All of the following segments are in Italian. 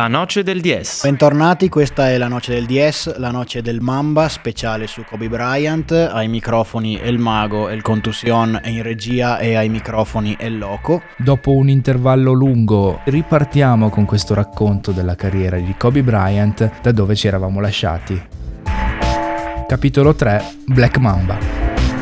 La Noche del 10. Bentornati, questa è La Noche del 10, la Noche del Mamba, speciale su Kobe Bryant. Ai microfoni El Mago, El Contusion e in regia, e ai microfoni El Loco. Dopo un intervallo lungo ripartiamo con questo racconto della carriera di Kobe Bryant da dove ci eravamo lasciati. Capitolo 3, Black Mamba.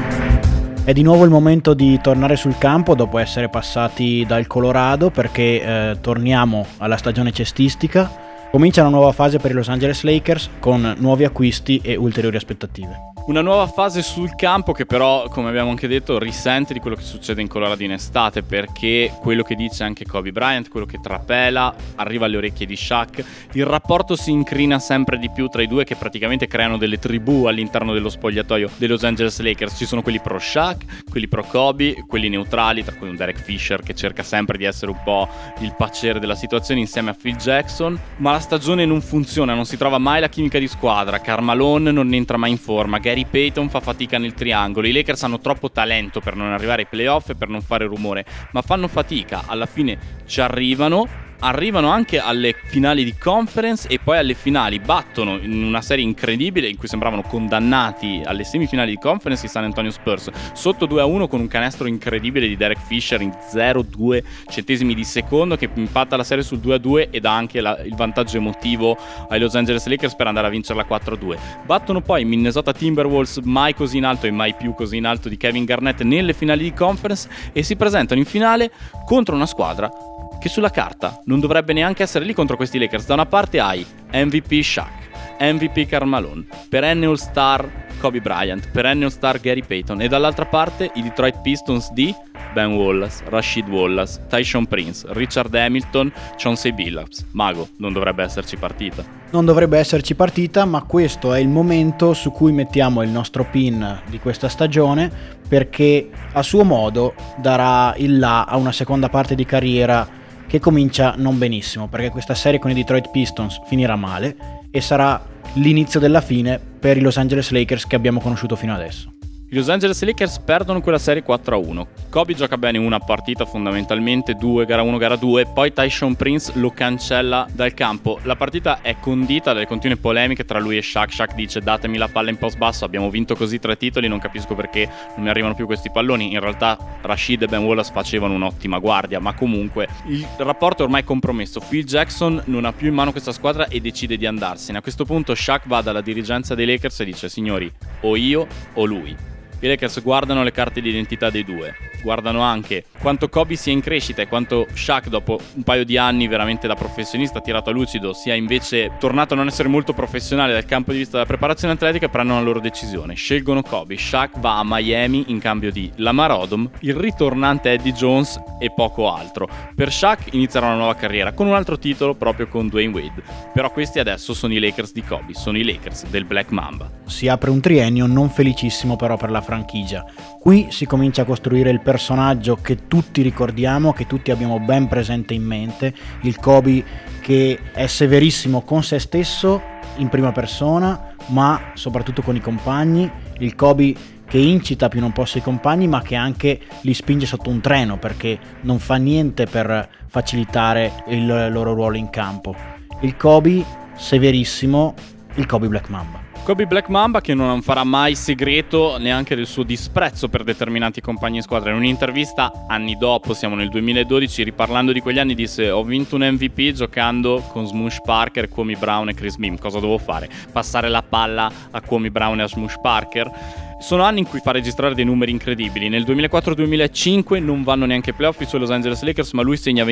È di nuovo il momento di tornare sul campo dopo essere passati dal Colorado, perché torniamo alla stagione cestistica. Comincia una nuova fase per i Los Angeles Lakers con nuovi acquisti e ulteriori aspettative. Una nuova fase sul campo che però, come abbiamo anche detto, risente di quello che succede in Colorado in estate, perché quello che dice anche Kobe Bryant, quello che trapela, arriva alle orecchie di Shaq. Il rapporto si incrina sempre di più tra i due, che praticamente creano delle tribù all'interno dello spogliatoio dei Los Angeles Lakers. Ci sono quelli pro Shaq, quelli pro Kobe, quelli neutrali, tra cui un Derek Fisher che cerca sempre di essere un po' il pacere della situazione insieme a Phil Jackson. Ma la stagione non funziona, non si trova mai la chimica di squadra. Karl Malone non entra mai in forma, Gary Payton fa fatica nel triangolo. I Lakers hanno troppo talento per non arrivare ai playoff e per non fare rumore, ma fanno fatica. Alla fine ci arrivano anche alle finali di conference e poi alle finali. Battono in una serie incredibile in cui sembravano condannati alle semifinali di conference i San Antonio Spurs, sotto 2-1 con un canestro incredibile di Derek Fisher in 0,2 centesimi di secondo, che impatta la serie sul 2-2 e dà anche il vantaggio emotivo ai Los Angeles Lakers per andare a vincerla 4-2. Battono poi i Minnesota Timberwolves, mai così in alto e mai più così in alto di Kevin Garnett, nelle finali di conference, e si presentano in finale contro una squadra che sulla carta non dovrebbe neanche essere lì contro questi Lakers. Da una parte hai MVP Shaq, MVP Karl Malone, perennial star Kobe Bryant, perennial star Gary Payton, e dall'altra parte i Detroit Pistons di Ben Wallace, Rasheed Wallace, Tyshawn Prince, Richard Hamilton, Chauncey Billups. Mago, non dovrebbe esserci partita. Non dovrebbe esserci partita, ma questo è il momento su cui mettiamo il nostro pin di questa stagione, perché a suo modo darà il là a una seconda parte di carriera che comincia non benissimo, perché questa serie con i Detroit Pistons finirà male e sarà l'inizio della fine per i Los Angeles Lakers che abbiamo conosciuto fino adesso. I Los Angeles Lakers perdono quella serie 4-1. Kobe gioca bene una partita fondamentalmente, 2 gara 1 gara 2, poi Tyshawn Prince lo cancella dal campo. La partita è condita dalle continue polemiche tra lui e Shaq. Shaq dice: datemi la palla in post basso, abbiamo vinto così 3 titoli, non capisco perché non mi arrivano più questi palloni. In realtà Rasheed e Ben Wallace facevano un'ottima guardia, ma comunque il rapporto è ormai compromesso. Phil Jackson non ha più in mano questa squadra e decide di andarsene. A questo punto Shaq va dalla dirigenza dei Lakers e dice: signori, o io o lui. I Lakers guardano le carte di identità dei due, guardano anche quanto Kobe sia in crescita e quanto Shaq, dopo un paio di anni veramente da professionista tirato a lucido, sia invece tornato a non essere molto professionale dal campo di vista della preparazione atletica, e prendono la loro decisione. Scelgono Kobe. Shaq va a Miami in cambio di Lamar Odom, il ritornante Eddie Jones e poco altro. Per Shaq inizierà una nuova carriera con un altro titolo, proprio con Dwayne Wade. Però questi adesso sono i Lakers di Kobe, sono i Lakers del Black Mamba. Si apre un triennio non felicissimo però per la franchigia. Qui si comincia a costruire il personaggio che tutti ricordiamo, che tutti abbiamo ben presente in mente, il Kobe che è severissimo con se stesso in prima persona, ma soprattutto con i compagni, il Kobe che incita più non posso i compagni, ma che anche li spinge sotto un treno perché non fa niente per facilitare il loro ruolo in campo. Il Kobe severissimo, il Kobe Black Mamba. Kobe Black Mamba che non farà mai segreto neanche del suo disprezzo per determinati compagni di squadra. In un'intervista anni dopo, siamo nel 2012, riparlando di quegli anni disse: ho vinto un MVP giocando con Smush Parker, Kwame Brown e Chris Mihm. Cosa dovevo fare? Passare la palla a Kwame Brown e a Smush Parker? Sono anni in cui fa registrare dei numeri incredibili. Nel 2004-2005 non vanno neanche ai playoff i suoi Los Angeles Lakers, ma lui segna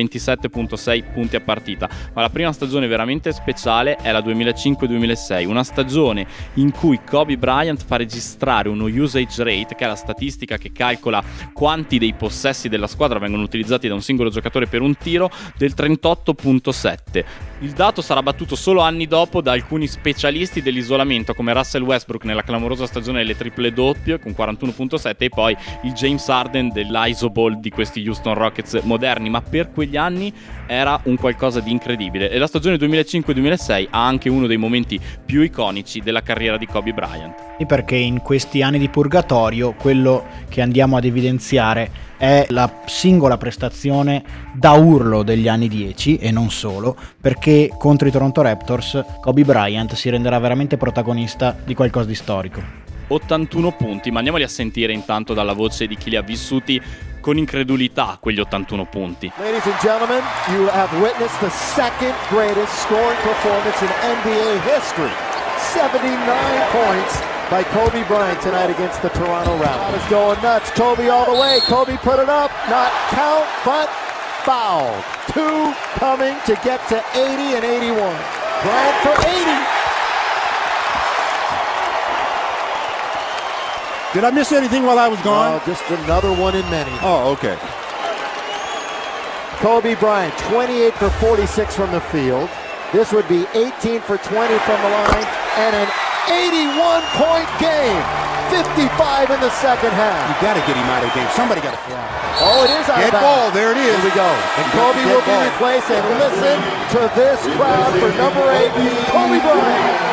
27.6 punti a partita. Ma la prima stagione veramente speciale è la 2005-2006, una stagione in cui Kobe Bryant fa registrare uno usage rate, che è la statistica che calcola quanti dei possessi della squadra vengono utilizzati da un singolo giocatore per un tiro, del 38.7. Il dato sarà battuto solo anni dopo da alcuni specialisti dell'isolamento come Russell Westbrook nella clamorosa stagione delle triple doppio con 41.7 e poi il James Harden dell'Isoball di questi Houston Rockets moderni, ma per quegli anni era un qualcosa di incredibile. E la stagione 2005-2006 ha anche uno dei momenti più iconici della carriera di Kobe Bryant. Perché in questi anni di purgatorio quello che andiamo ad evidenziare è la singola prestazione da urlo degli anni 10 e non solo, perché contro i Toronto Raptors Kobe Bryant si renderà veramente protagonista di qualcosa di storico. 81 punti, ma andiamoli a sentire intanto dalla voce di chi li ha vissuti con incredulità quegli 81 punti. Ladies and gentlemen, you have witnessed the second greatest scoring performance in NBA history. 79 points by Kobe Bryant tonight against the Toronto Raptors. It's going nuts. Kobe all the way. Kobe put it up. Not count, but fouled. 2 coming to get to 80 and 81. Bryant for 80. Did I miss anything while I was gone? Oh, just another one in many. Oh, okay. Kobe Bryant, 28 for 46 from the field. This would be 18 for 20 from the line and an 81-point game. 55 in the second half. You got to get him out of the game. Somebody got to fly. Oh, it is out of Dead ball. There it is. Here we go. And Kobe will be replaced. And listen to this crowd for number 8, Kobe Bryant.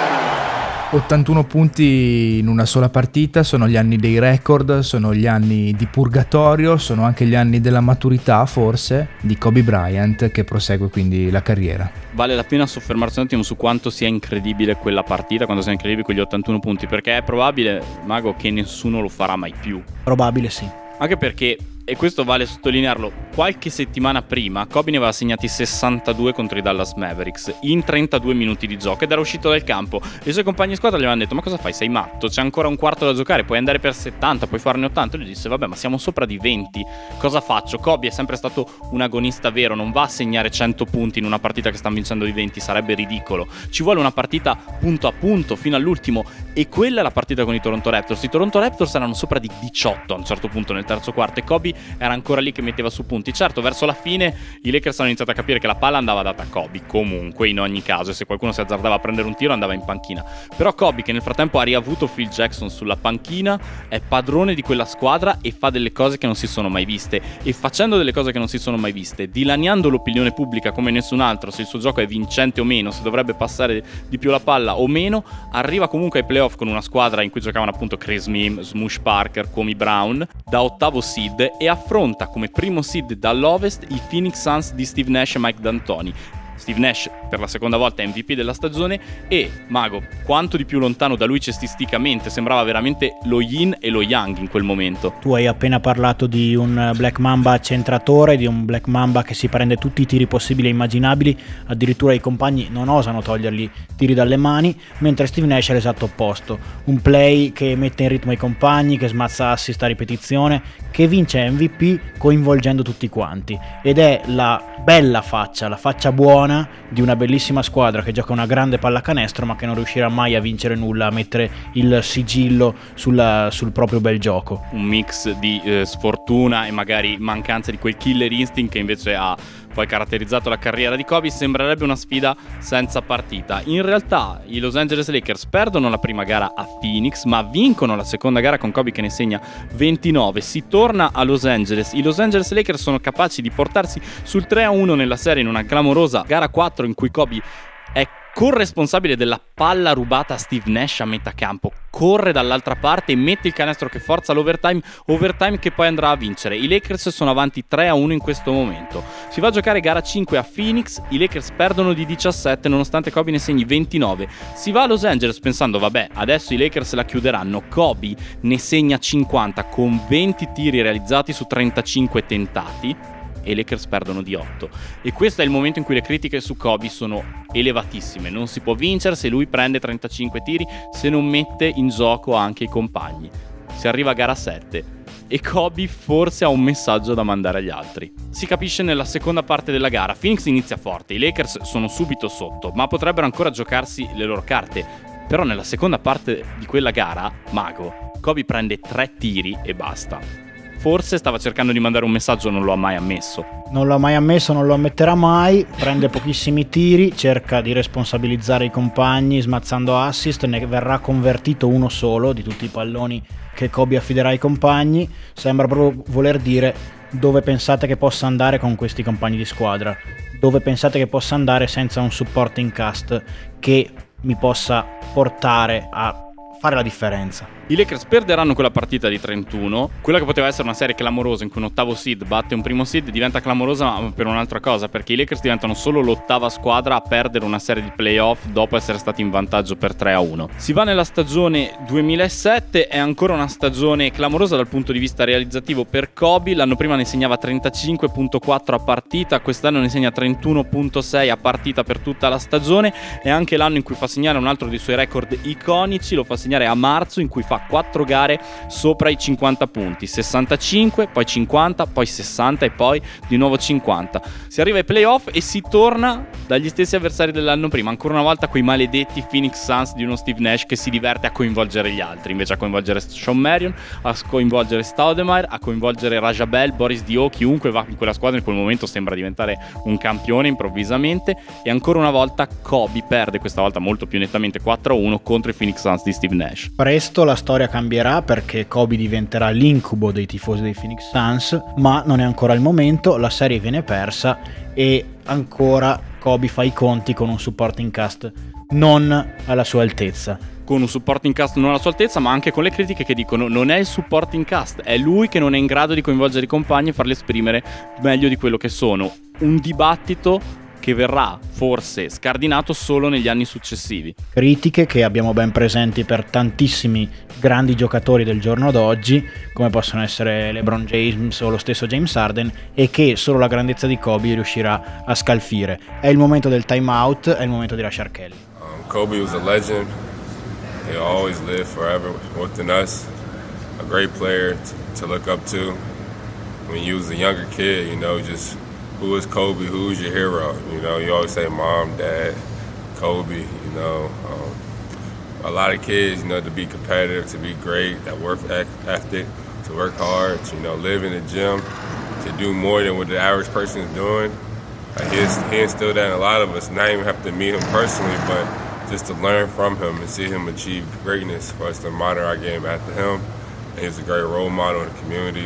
81 punti in una sola partita, sono gli anni dei record, sono gli anni di purgatorio, sono anche gli anni della maturità forse di Kobe Bryant, che prosegue quindi la carriera. Vale la pena soffermarsi un attimo su quanto sia incredibile quella partita, quanto sia incredibile quegli 81 punti, perché è probabile, Mago, che nessuno lo farà mai più. Probabile sì. Anche perché, e questo vale sottolinearlo, qualche settimana prima Kobe ne aveva segnati 62 contro i Dallas Mavericks in 32 minuti di gioco ed era uscito dal campo. I suoi compagni di squadra gli avevano detto: ma cosa fai, sei matto, c'è ancora un quarto da giocare, puoi andare per 70, puoi farne 80. E lui disse: vabbè, ma siamo sopra di 20, cosa faccio? Kobe è sempre stato un agonista vero, non va a segnare 100 punti in una partita che stanno vincendo di 20, sarebbe ridicolo. Ci vuole una partita punto a punto fino all'ultimo, e quella è la partita con i Toronto Raptors. I Toronto Raptors erano sopra di 18 a un certo punto nel terzo quarto e Kobe era ancora lì che metteva su punti. Certo, verso la fine i Lakers hanno iniziato a capire che la palla andava data a Kobe comunque in ogni caso, e se qualcuno si azzardava a prendere un tiro andava in panchina. Però Kobe, che nel frattempo ha riavuto Phil Jackson sulla panchina, è padrone di quella squadra e fa delle cose che non si sono mai viste, e facendo delle cose che non si sono mai viste, dilaniando l'opinione pubblica come nessun altro, se il suo gioco è vincente o meno, se dovrebbe passare di più la palla o meno, arriva comunque ai playoff con una squadra in cui giocavano appunto Chris Mihm, Smush Parker, Kwame Brown da ottavo seed, e affronta come primo seed dall'Ovest i Phoenix Suns di Steve Nash e Mike D'Antoni. Steve Nash per la seconda volta è MVP della stagione, e Mago, quanto di più lontano da lui cestisticamente, sembrava veramente lo yin e lo yang in quel momento. Tu hai appena parlato di un Black Mamba centratore, di un Black Mamba che si prende tutti i tiri possibili e immaginabili, addirittura i compagni non osano togliergli tiri dalle mani, mentre Steve Nash è l'esatto opposto, un play che mette in ritmo i compagni, che smazza assist a ripetizione, che vince MVP coinvolgendo tutti quanti, ed è la bella faccia, la faccia buona di una bellissima squadra che gioca una grande pallacanestro ma che non riuscirà mai a vincere nulla, a mettere il sigillo sul proprio bel gioco. Un mix di sfortuna e magari mancanza di quel killer instinct che invece ha poi caratterizzato la carriera di Kobe. Sembrerebbe una sfida senza partita. In realtà i Los Angeles Lakers perdono la prima gara a Phoenix, ma vincono la seconda gara con Kobe che ne segna 29. Si torna a Los Angeles. I Los Angeles Lakers sono capaci di portarsi sul 3-1 nella serie in una clamorosa gara 4 in cui Kobe è corresponsabile della palla rubata a Steve Nash a metà campo, corre dall'altra parte e mette il canestro che forza l'overtime che poi andrà a vincere. I Lakers sono avanti 3-1 in questo momento. Si va a giocare gara 5 a Phoenix, i Lakers perdono di 17 nonostante Kobe ne segni 29. Si va a Los Angeles pensando vabbè, adesso i Lakers la chiuderanno. Kobe ne segna 50 con 20 tiri realizzati su 35 tentati, e i Lakers perdono di 8. E questo è il momento in cui le critiche su Kobe sono elevatissime. Non si può vincere se lui prende 35 tiri, se non mette in gioco anche i compagni. Si arriva a gara 7 e Kobe forse ha un messaggio da mandare agli altri. Si capisce nella seconda parte della gara. Phoenix inizia forte, i Lakers sono subito sotto, ma potrebbero ancora giocarsi le loro carte. Però nella seconda parte di quella gara, Mago, Kobe prende 3 tiri e basta. forse stava cercando di mandare un messaggio, non lo ha mai ammesso. Non lo ha mai ammesso, non lo ammetterà mai, prende pochissimi tiri, cerca di responsabilizzare i compagni smazzando assist, ne verrà convertito uno solo di tutti i palloni che Kobe affiderà ai compagni. Sembra proprio voler dire: dove pensate che possa andare con questi compagni di squadra? Dove pensate che possa andare senza un supporting cast che mi possa portare a fare la differenza? I Lakers perderanno quella partita di 31, quella che poteva essere una serie clamorosa in cui un ottavo seed batte un primo seed diventa clamorosa per un'altra cosa, perché i Lakers diventano solo l'ottava squadra a perdere una serie di playoff dopo essere stati in vantaggio per 3-1. Si va nella stagione 2007, è ancora una stagione clamorosa dal punto di vista realizzativo per Kobe. L'anno prima ne segnava 35.4 a partita, quest'anno ne segna 31.6 a partita per tutta la stagione. È anche l'anno in cui fa segnare un altro dei suoi record iconici, lo fa segnare a marzo, in cui fa 4 gare sopra i 50 punti, 65, poi 50, poi 60 e poi di nuovo 50. Si arriva ai playoff e si torna dagli stessi avversari dell'anno prima, ancora una volta quei maledetti Phoenix Suns di uno Steve Nash che si diverte a coinvolgere gli altri, invece a coinvolgere Sean Marion, a coinvolgere Stoudemire, a coinvolgere Raja Bell, Boris Dio, chiunque va in quella squadra in quel momento sembra diventare un campione improvvisamente. E ancora una volta Kobe perde, questa volta molto più nettamente, 4-1 contro i Phoenix Suns di Steve Nash. Presto la storia cambierà perché Kobe diventerà l'incubo dei tifosi dei Phoenix Suns, ma non è ancora il momento, la serie viene persa e ancora Kobe fa i conti con un supporting cast non alla sua altezza. Con un supporting cast non alla sua altezza, ma anche con le critiche che dicono non è il supporting cast, è lui che non è in grado di coinvolgere i compagni e farli esprimere meglio di quello che sono. Un dibattito che verrà forse scardinato solo negli anni successivi. Critiche che abbiamo ben presenti per tantissimi grandi giocatori del giorno d'oggi, come possono essere LeBron James o lo stesso James Harden, e che solo la grandezza di Kobe riuscirà a scalfire. È il momento del time out, è il momento di lasciare Kelly. Kobe was a legend. He'll always live forever within us. A great player to look up to. When you was a younger kid, just who is Kobe? Who's your hero? You always say mom, dad, Kobe. A lot of kids, to be competitive, to be great, that work ethic, to work hard, to live in the gym, to do more than what the average person is doing. He instilled that in a lot of us. Not even have to meet him personally, but just to learn from him and see him achieve greatness, for us to model our game after him. And he was a great role model in the community.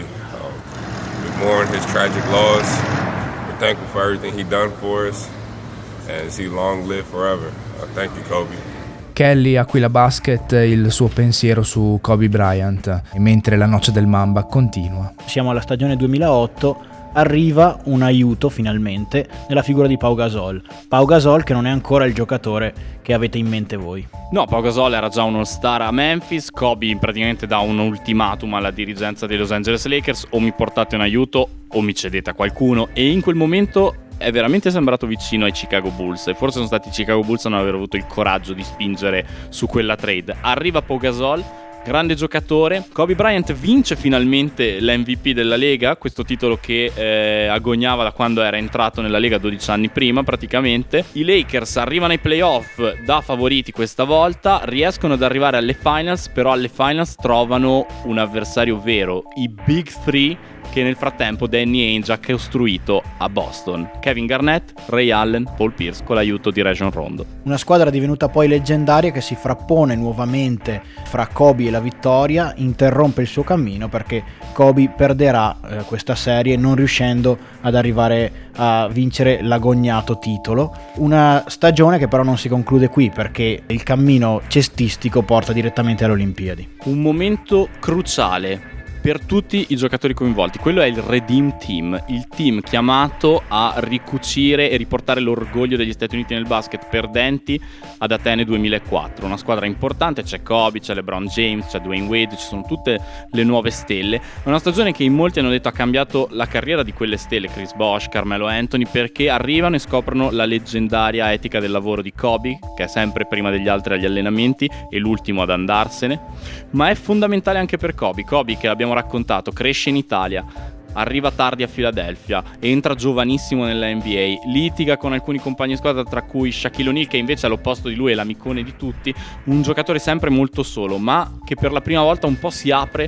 We mourn his tragic loss. We're thankful for everything he done for us, and see long live forever. Thank you, Kobe. Kelly Aquila Basket, il suo pensiero su Kobe Bryant, mentre la noce del Mamba continua. Siamo alla stagione 2008, arriva un aiuto finalmente nella figura di Pau Gasol. Pau Gasol che non è ancora il giocatore che avete in mente voi. No, Pau Gasol era già uno star a Memphis. Kobe praticamente dà un ultimatum alla dirigenza dei Los Angeles Lakers: o mi portate un aiuto o mi cedete a qualcuno, e in quel momento è veramente sembrato vicino ai Chicago Bulls, e forse sono stati i Chicago Bulls a non aver avuto il coraggio di spingere su quella trade. Arriva Pau Gasol, grande giocatore. Kobe Bryant vince finalmente l'MVP della Lega, questo titolo che agognava da quando era entrato nella Lega 12 anni prima praticamente. I Lakers arrivano ai playoff da favoriti questa volta, riescono ad arrivare alle finals, però alle finals trovano un avversario vero, i Big Three, che nel frattempo Danny Ainge ha costruito a Boston: Kevin Garnett, Ray Allen, Paul Pierce, con l'aiuto di Rajon Rondo. Una squadra divenuta poi leggendaria che si frappone nuovamente fra Kobe e la vittoria, interrompe il suo cammino perché Kobe perderà questa serie non riuscendo ad arrivare a vincere l'agognato titolo. Una stagione che però non si conclude qui, perché il cammino cestistico porta direttamente alle Olimpiadi. Un momento cruciale per tutti i giocatori coinvolti. Quello è il Redeem Team, il team chiamato a ricucire e riportare l'orgoglio degli Stati Uniti nel basket, perdenti ad Atene 2004. Una squadra importante, c'è Kobe, c'è LeBron James, c'è Dwayne Wade, ci sono tutte le nuove stelle. È una stagione che in molti hanno detto ha cambiato la carriera di quelle stelle, Chris Bosh, Carmelo Anthony, perché arrivano e scoprono la leggendaria etica del lavoro di Kobe, che è sempre prima degli altri agli allenamenti e l'ultimo ad andarsene. Ma è fondamentale anche per Kobe che abbiamo raccontato, cresce in Italia, arriva tardi a Philadelphia, entra giovanissimo nella NBA, litiga con alcuni compagni di squadra, tra cui Shaquille O'Neal, che invece all'opposto di lui è l'amicone di tutti, un giocatore sempre molto solo, ma che per la prima volta un po' si apre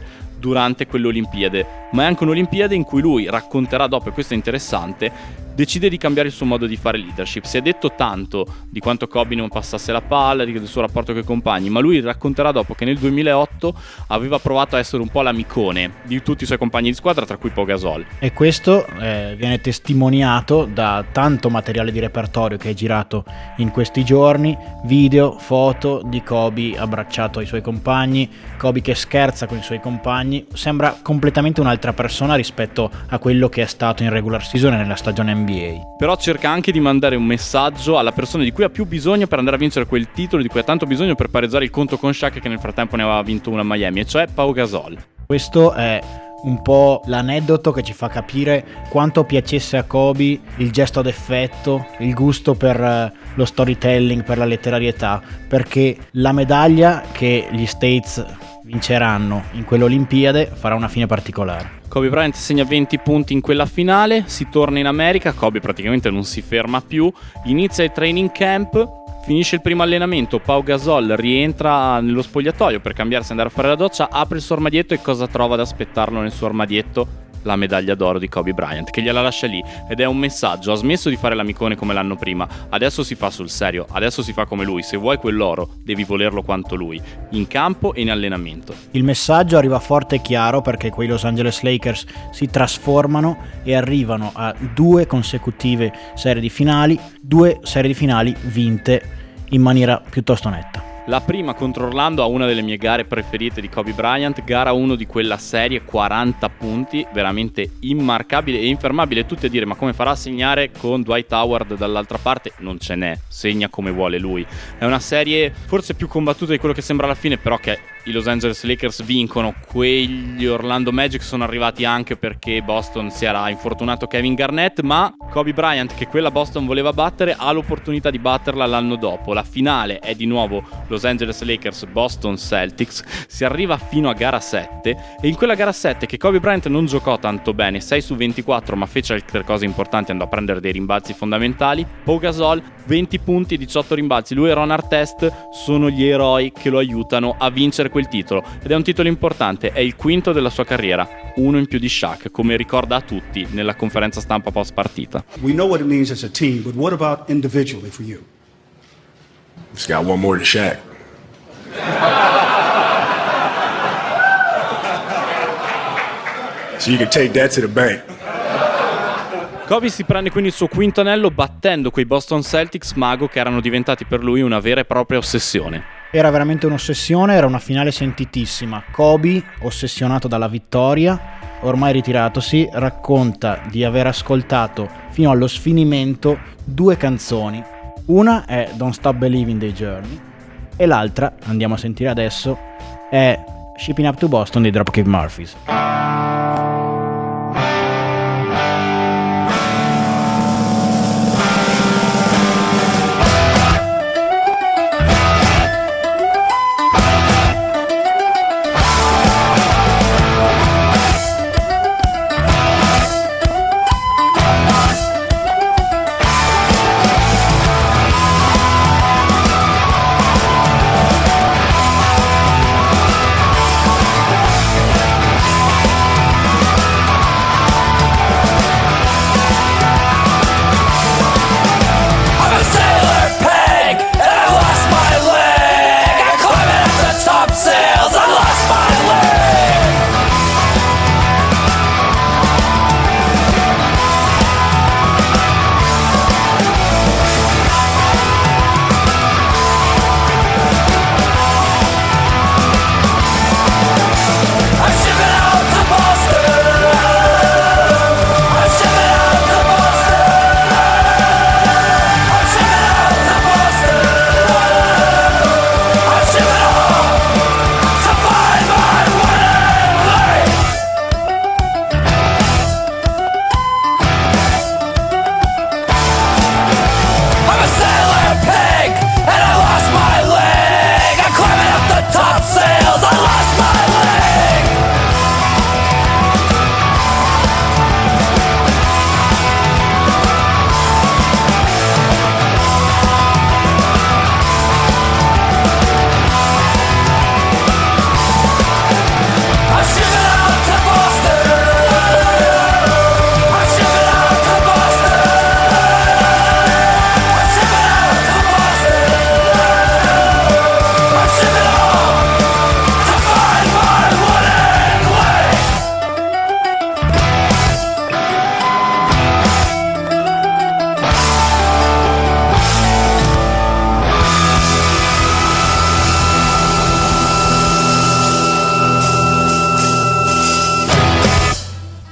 durante quelle Olimpiadi, ma è anche un'Olimpiade in cui lui racconterà dopo, e questo è interessante, decide di cambiare il suo modo di fare leadership. Si è detto tanto di quanto Kobe non passasse la palla, del suo rapporto con i compagni, ma lui racconterà dopo che nel 2008 aveva provato a essere un po' l'amicone di tutti i suoi compagni di squadra, tra cui Pau Gasol. E questo viene testimoniato da tanto materiale di repertorio che è girato in questi giorni, video, foto di Kobe abbracciato ai suoi compagni, Kobe che scherza con i suoi compagni, sembra completamente un'altra persona rispetto a quello che è stato in regular season e nella stagione NBA. Però cerca anche di mandare un messaggio alla persona di cui ha più bisogno per andare a vincere quel titolo, di cui ha tanto bisogno per pareggiare il conto con Shaq, che nel frattempo ne aveva vinto una a Miami, e cioè Pau Gasol. Questo è un po' l'aneddoto che ci fa capire quanto piacesse a Kobe il gesto d'effetto, il gusto per lo storytelling, per la letterarietà, perché la medaglia che gli States vinceranno in quell'Olimpiade farà una fine particolare. Kobe Bryant segna 20 punti in quella finale, si torna in America, Kobe praticamente non si ferma più, inizia il training camp, finisce il primo allenamento, Pau Gasol rientra nello spogliatoio per cambiarsi e andare a fare la doccia, apre il suo armadietto e cosa trova ad aspettarlo nel suo armadietto? La medaglia d'oro di Kobe Bryant, che gliela lascia lì, ed è un messaggio: ha smesso di fare l'amicone come l'anno prima, adesso si fa sul serio, adesso si fa come lui, se vuoi quell'oro devi volerlo quanto lui, in campo e in allenamento. Il messaggio arriva forte e chiaro perché quei Los Angeles Lakers si trasformano e arrivano a 2 consecutive serie di finali, 2 serie di finali vinte in maniera piuttosto netta. La prima contro Orlando, a una delle mie gare preferite di Kobe Bryant, gara 1 di quella serie, 40 punti, veramente immarcabile e infermabile. Tutti a dire: ma come farà a segnare con Dwight Howard dall'altra parte? Non ce n'è, segna come vuole lui. È una serie forse più combattuta di quello che sembra alla fine, però che i Los Angeles Lakers vincono. Quegli Orlando Magic sono arrivati anche perché Boston si era infortunato Kevin Garnett, ma Kobe Bryant, che quella Boston voleva battere, ha l'opportunità di batterla l'anno dopo. La finale è di nuovo Los Angeles Lakers Boston Celtics, si arriva fino a gara 7 e in quella gara 7, che Kobe Bryant non giocò tanto bene, 6 su 24, ma fece altre cose importanti, andò a prendere dei rimbalzi fondamentali. Pau Gasol 20 punti, 18 rimbalzi. Lui e Ron Artest sono gli eroi che lo aiutano a vincere quel titolo, ed è un titolo importante, è il quinto della sua carriera, uno in più di Shaq, come ricorda a tutti nella conferenza stampa post partita. We know what it means as a team, but what about individually for you? Just got one more to Shaq. So you can take that to the bank. Kobe si prende quindi il suo quinto anello battendo quei Boston Celtics mago che erano diventati per lui una vera e propria ossessione. Era veramente un'ossessione, era una finale sentitissima. Kobe, ossessionato dalla vittoria, ormai ritiratosi, racconta di aver ascoltato fino allo sfinimento 2 canzoni. Una è Don't Stop Believing dei Journey e l'altra, andiamo a sentire adesso, è Shipping Up to Boston dei Dropkick Murphys.